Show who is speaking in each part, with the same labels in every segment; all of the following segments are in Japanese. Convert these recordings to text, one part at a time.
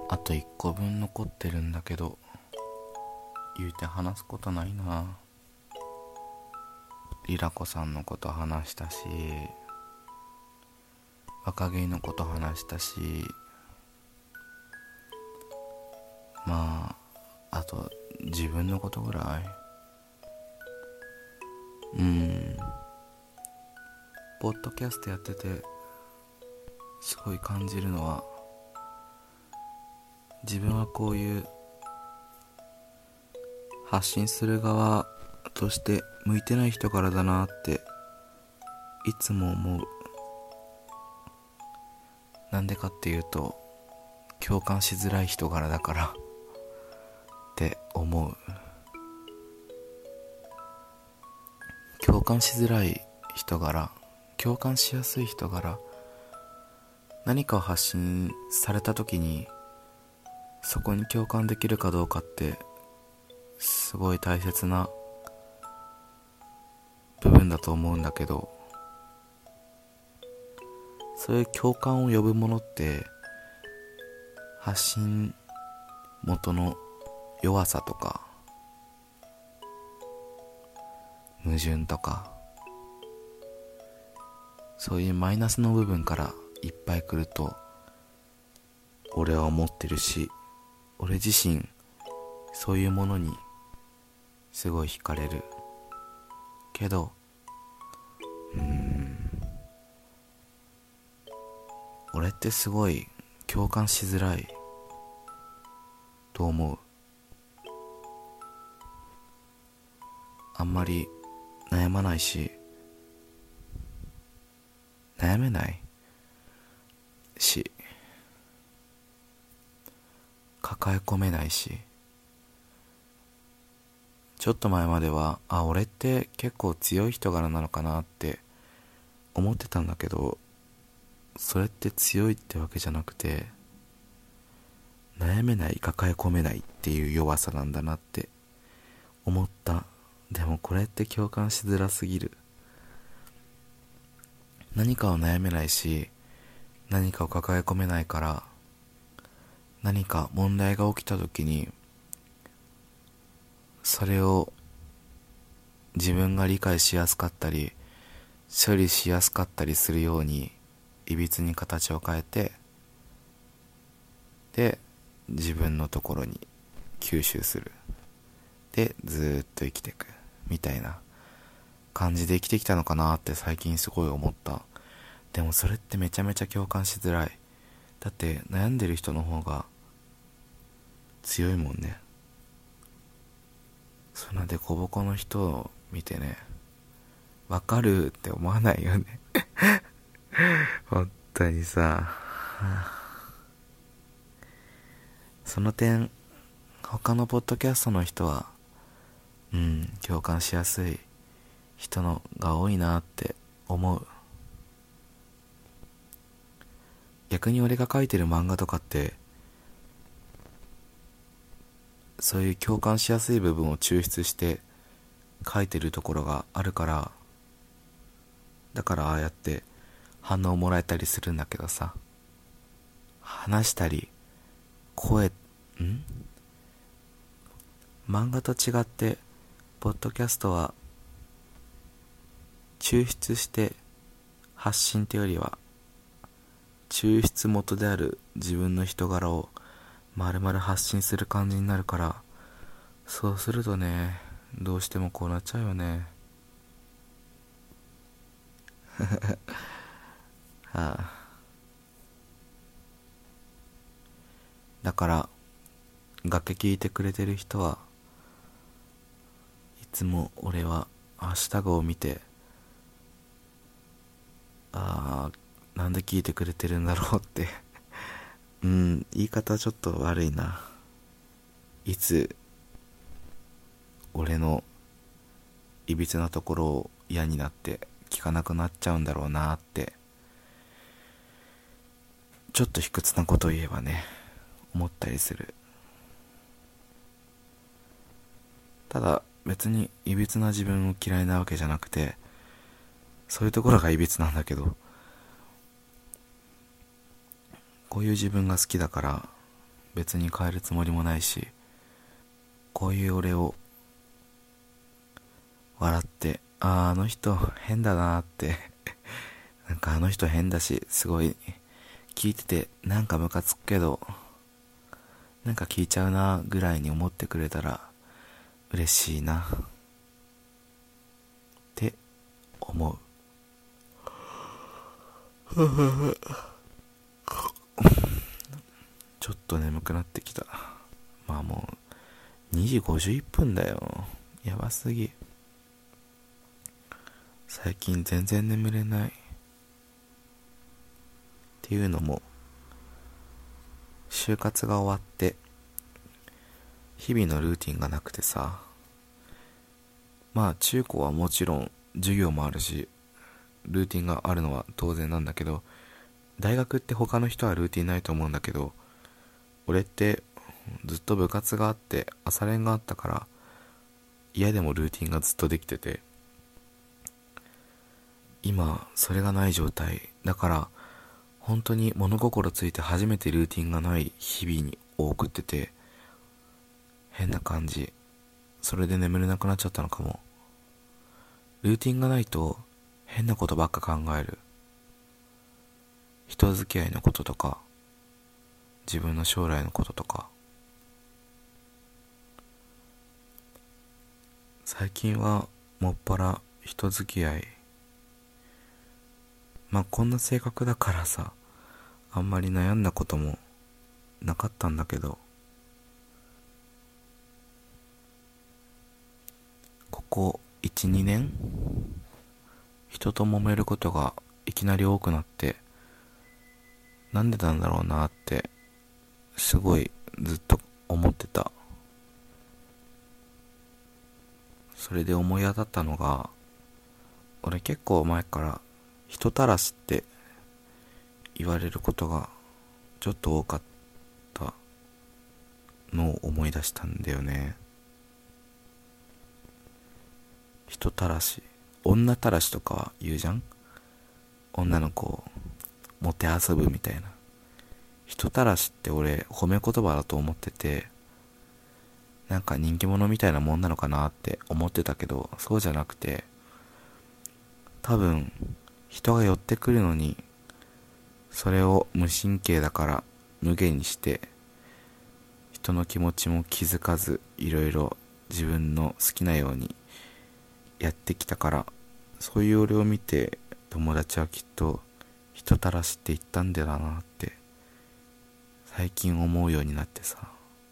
Speaker 1: あと1個分残ってるんだけど、言うて話すことないな。リラコさんのこと話したし、若気のこと話したし、まああと自分のことぐらい。ポッドキャストやっててすごい感じるのは、自分はこういう発信する側として向いてない人からだなっていつも思う。なんでかっていうと、共感しづらい人柄だからって思う。共感しづらい人柄、共感しやすい人柄、何かを発信された時にそこに共感できるかどうかってすごい大切な部分だと思うんだけど、そういう共感を呼ぶものって発信元の弱さとか矛盾とか、そういうマイナスの部分からいっぱい来ると俺は思ってるし、俺自身そういうものにすごい惹かれるけど、俺ってすごい共感しづらいと思う。あんまり悩まないし、悩めないし、抱え込めないし、ちょっと前までは俺って結構強い人柄なのかなって思ってたんだけど、それって強いってわけじゃなくて、悩めない、抱え込めないっていう弱さなんだなって思った。でもこれって共感しづらすぎる。何かを悩めないし、何かを抱え込めないから、何か問題が起きた時にそれを自分が理解しやすかったり処理しやすかったりするようにいびつに形を変えて、で自分のところに吸収する。でずーっと生きていくみたいな感じで生きてきたのかなって最近すごい思った。でもそれってめちゃめちゃ共感しづらい。だって悩んでる人の方が強いもんね。そんなデコボコの人を見てね、わかるって思わないよね本当にさ、その点他のポッドキャストの人は共感しやすい人のが多いなって思う。逆に俺が書いてる漫画とかってそういう共感しやすい部分を抽出して書いてるところがあるから、だからああやって反応もらえたりするんだけどさ、話したり漫画と違ってポッドキャストは抽出して発信というよりは抽出元である自分の人柄を丸々発信する感じになるから、そうするとね、どうしてもこうなっちゃうよねだから崖聞いてくれてる人はいつも俺はハッシュタグを見て、なんで聞いてくれてるんだろうって言い方ちょっと悪いな。いつ俺のいびつなところを嫌になって聞かなくなっちゃうんだろうなって、ちょっと卑屈なことを言えばね、思ったりする。ただ別にいびつな自分を嫌いなわけじゃなくて、そういうところがいびつなんだけど、こういう自分が好きだから別に変えるつもりもないし、こういう俺を笑って、あの人変だなってなんかあの人変だし、すごい聞いててなんかムカつくけど、なんか聞いちゃうなぐらいに思ってくれたら嬉しいなって思う。ちょっと眠くなってきた。まあもう2時51分だよ。やばすぎ。最近全然眠れない。っていうのも、就活が終わって日々のルーティンがなくてさ、まあ中高はもちろん授業もあるしルーティンがあるのは当然なんだけど、大学って他の人はルーティンないと思うんだけど、俺ってずっと部活があって朝練があったから、嫌でもルーティンがずっとできてて、今それがない状態だから、本当に物心ついて初めてルーティンがない日々に送ってて、変な感じ。それで眠れなくなっちゃったのかも。ルーティンがないと変なことばっか考える。人付き合いのこととか、自分の将来のこととか。最近はもっぱら人付き合い。まあこんな性格だからさ、あんまり悩んだこともなかったんだけど、ここ 1,2 年人と揉めることがいきなり多くなって、なんでなんだろうなってすごいずっと思ってた。それで思い当たったのが、俺結構前から人たらしって言われることがちょっと多かったのを思い出したんだよね。人たらし、女たらしとかは言うじゃん。女の子をもてあそぶみたいな。人たらしって俺褒め言葉だと思ってて、なんか人気者みたいなもんなのかなって思ってたけど、そうじゃなくて、多分人が寄ってくるのに、それを無神経だから無限にして、人の気持ちも気づかずいろいろ自分の好きなようにやってきたから、そういう俺を見て友達はきっと人たらしって言ったんだなって最近思うようになってさ。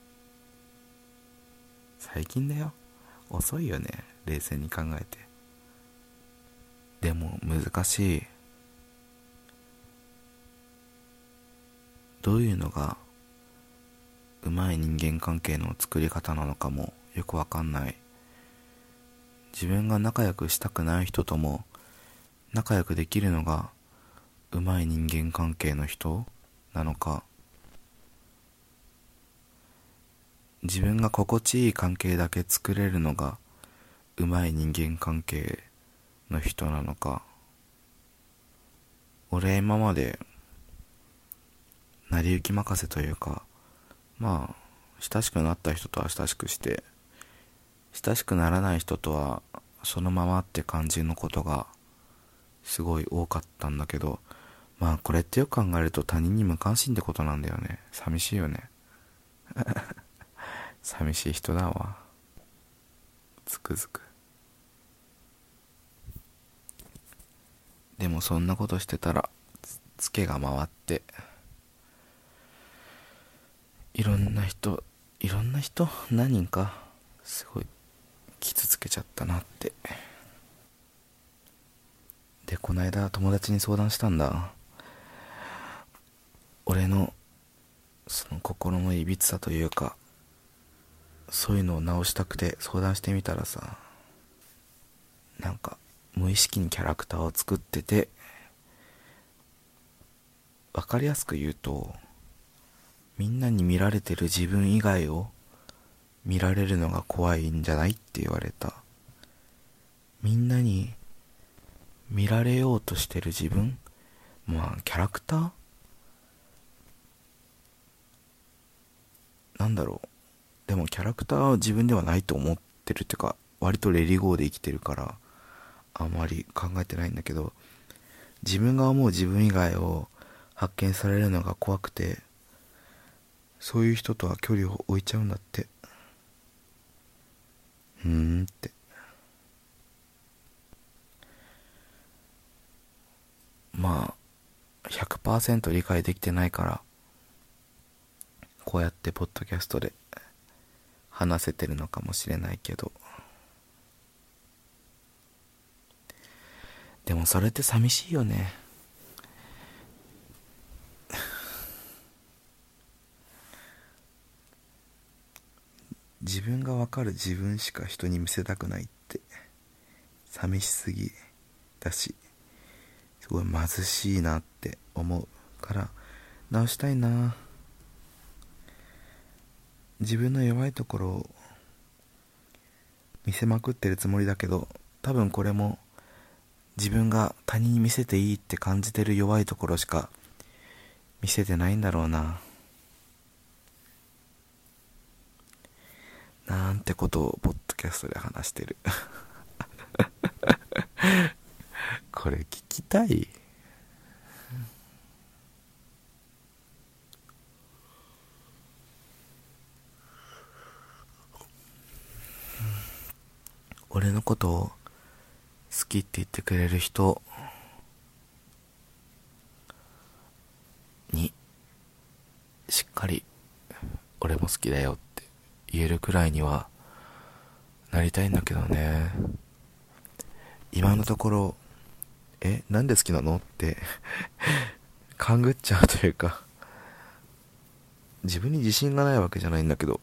Speaker 1: 最近だよ。遅いよね、冷静に考えて。でも難しい。どういうのがうまい人間関係の作り方なのかもよくわかんない。自分が仲良くしたくない人とも仲良くできるのがうまい人間関係の人なのか、自分が心地いい関係だけ作れるのがうまい人間関係の人なのか。俺今まで成り行き任せというか、まあ親しくなった人とは親しくして、親しくならない人とはそのままって感じのことがすごい多かったんだけど、まあこれってよく考えると他人に無関心ってことなんだよね。寂しいよね。寂しい人だわ、つくづく。でもそんなことしてたらツケが回って、いろんな人何人かすごい傷つけちゃったなって。でこないだ友達に相談したんだ。俺のその心のいびつさというか、そういうのを直したくて相談してみたらさ、なんか無意識にキャラクターを作ってて、わかりやすく言うと、みんなに見られてる自分以外を見られるのが怖いんじゃないって言われた。みんなに見られようとしてる自分、まあキャラクターなんだろう、でもキャラクターは自分ではないと思ってるっていうか、割とレリゴーで生きてるからあんまり考えてないんだけど、自分が思う自分以外を発見されるのが怖くて、そういう人とは距離を置いちゃうんだって。って。まあ 100% 理解できてないから、こうやってポッドキャストで話せてるのかもしれないけど、でもそれって寂しいよね。自分がわかる自分しか人に見せたくないって寂しすぎだし、すごい貧しいなって思うから直したいな。自分の弱いところを見せまくってるつもりだけど、多分これも自分が他人に見せていいって感じてる弱いところしか見せてないんだろうな、なんてことをポッドキャストで話してるこれ聞きたい？俺のことを好きって言ってくれる人にしっかり俺も好きだよって言えるくらいにはなりたいんだけどね。今のところなんで好きなのって勘ぐっちゃうというか、自分に自信がないわけじゃないんだけど、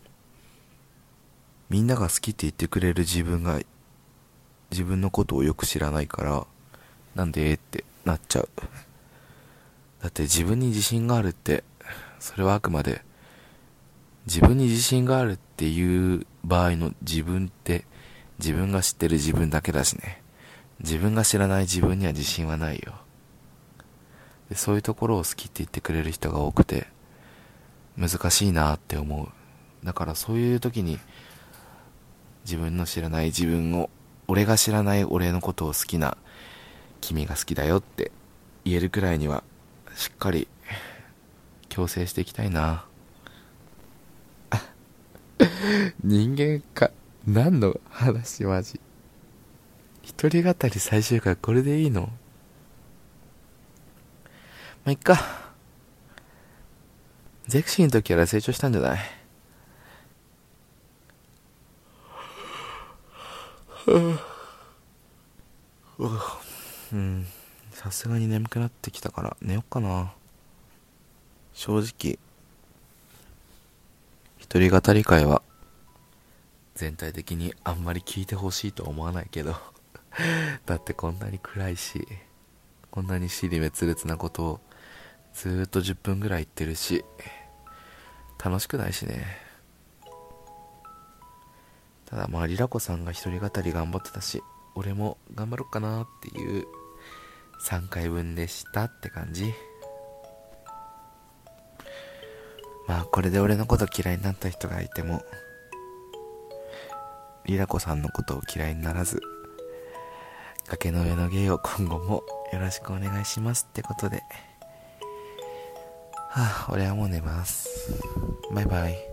Speaker 1: みんなが好きって言ってくれる自分が自分のことをよく知らないから、なんでってなっちゃう。だって自分に自信があるって、それはあくまで自分に自信があるっていう場合の自分って自分が知ってる自分だけだしね。自分が知らない自分には自信はないよ。でそういうところを好きって言ってくれる人が多くて難しいなって思う。だからそういう時に自分の知らない自分を、俺が知らない俺のことを好きな君が好きだよって言えるくらいにはしっかり強制していきたいな。人間か、何の話マジ。一人語り最終回これでいいの？まあ、いっか。ゼクシーの時から成長したんじゃない？さすがに眠くなってきたから寝よっかな。正直一人語り会は全体的にあんまり聞いてほしいと思わないけどだってこんなに暗いし、こんなに支離滅裂なことをずーっと10分ぐらい言ってるし、楽しくないしね。ただまあリラコさんが一人語り頑張ってたし、俺も頑張ろうかなっていう3回分でしたって感じ。まあこれで俺のこと嫌いになった人がいても、リラコさんのことを嫌いにならず、崖の上の芸を今後もよろしくお願いしますってことで、俺はもう寝ます。バイバイ。